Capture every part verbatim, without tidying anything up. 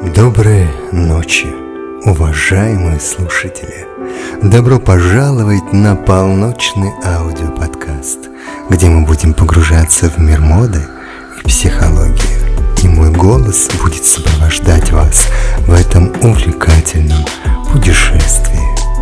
Доброй ночи, уважаемые слушатели! Добро пожаловать на полночный аудиоподкаст, где мы будем погружаться в мир моды и психологии. И мой голос будет сопровождать вас в этом увлекательном путешествии.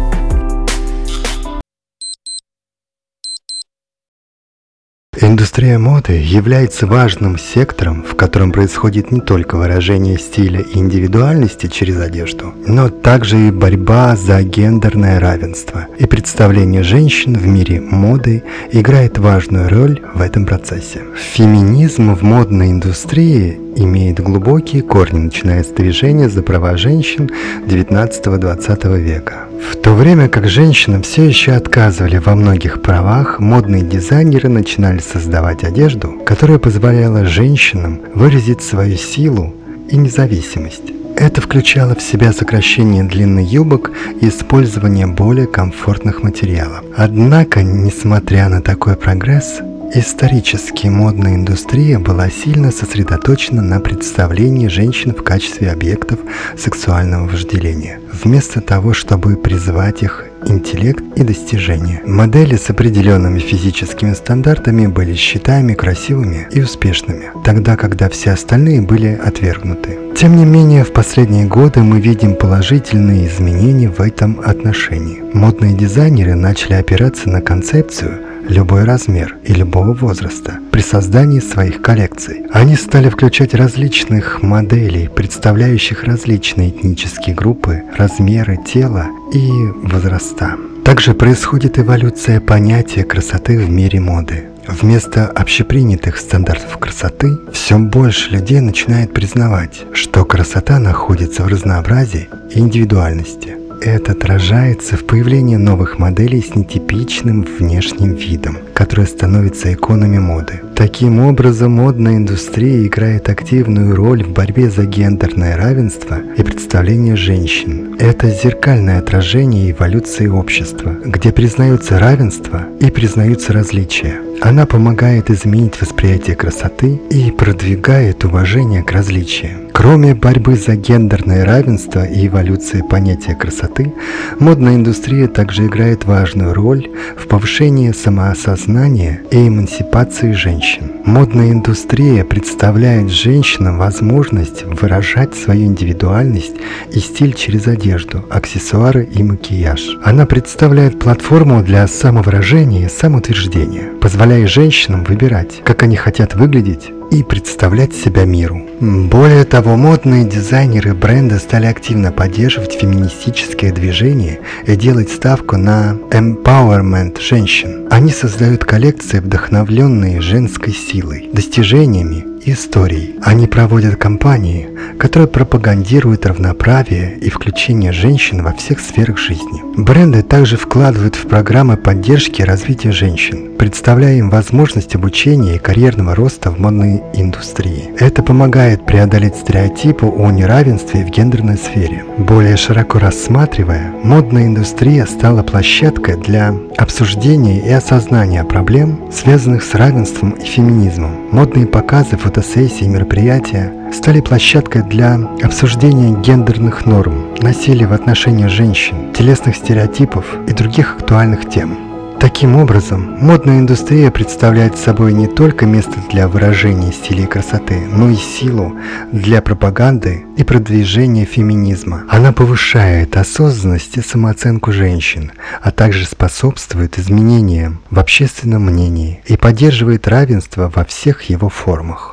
Индустрия моды является важным сектором, в котором происходит не только выражение стиля и индивидуальности через одежду, но также и борьба за гендерное равенство. И представление женщин в мире моды играет важную роль в этом процессе. Феминизм в модной индустрии имеет глубокие корни, начиная с движения за права женщин девятнадцатого-двадцатого века. В то время как женщинам все еще отказывали во многих правах, модные дизайнеры начинали создавать одежду, которая позволяла женщинам выразить свою силу и независимость. Это включало в себя сокращение длины юбок и использование более комфортных материалов. Однако, несмотря на такой прогресс, исторически модная индустрия была сильно сосредоточена на представлении женщин в качестве объектов сексуального вожделения, вместо того, чтобы призывать их интеллект и достижения. Модели с определенными физическими стандартами были считаемы красивыми и успешными, тогда когда все остальные были отвергнуты. Тем не менее, в последние годы мы видим положительные изменения в этом отношении. Модные дизайнеры начали опираться на концепцию любой размер и любого возраста при создании своих коллекций. Они стали включать различных моделей, представляющих различные этнические группы, размеры тела и возраста. Также происходит эволюция понятия красоты в мире моды. Вместо общепринятых стандартов красоты все больше людей начинает признавать, что красота находится в разнообразии и индивидуальности. Это отражается в появлении новых моделей с нетипичным внешним видом, которые становятся иконами моды. Таким образом, модная индустрия играет активную роль в борьбе за гендерное равенство и представление женщин. Это зеркальное отражение эволюции общества, где признаются равенство и признаются различия. Она помогает изменить восприятие красоты и продвигает уважение к различиям. Кроме борьбы за гендерное равенство и эволюции понятия красоты, модная индустрия также играет важную роль в повышении самоосознания и эмансипации женщин. Модная индустрия представляет женщинам возможность выражать свою индивидуальность и стиль через одежду, аксессуары и макияж. Она представляет платформу для самовыражения и самоутверждения, позволяя женщинам выбирать, как они хотят выглядеть и представлять себя миру. Более того, модные дизайнеры бренда стали активно поддерживать феминистическое движение и делать ставку на empowerment женщин. Они создают коллекции, вдохновленные женской силой, достижениями и историей. Они проводят кампании, которые пропагандируют равноправие и включение женщин во всех сферах жизни. Бренды также вкладывают в программы поддержки развития женщин, представляя им возможность обучения и карьерного роста в модной индустрии. Это помогает преодолеть стереотипы о неравенстве в гендерной сфере. Более широко рассматривая, модная индустрия стала площадкой для обсуждения и осознания проблем, связанных с равенством и феминизмом. Модные показы, фотосессии и мероприятия стали площадкой для обсуждения гендерных норм, насилия в отношении женщин, телесных стереотипов и других актуальных тем. Таким образом, модная индустрия представляет собой не только место для выражения стиля и красоты, но и силу для пропаганды и продвижения феминизма. Она повышает осознанность и самооценку женщин, а также способствует изменениям в общественном мнении и поддерживает равенство во всех его формах.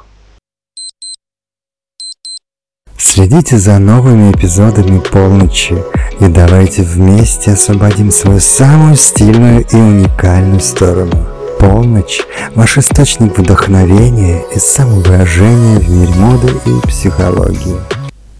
Следите за новыми эпизодами полночи и давайте вместе освободим свою самую стильную и уникальную сторону. Полночь – ваш источник вдохновения и самовыражения в мире моды и психологии.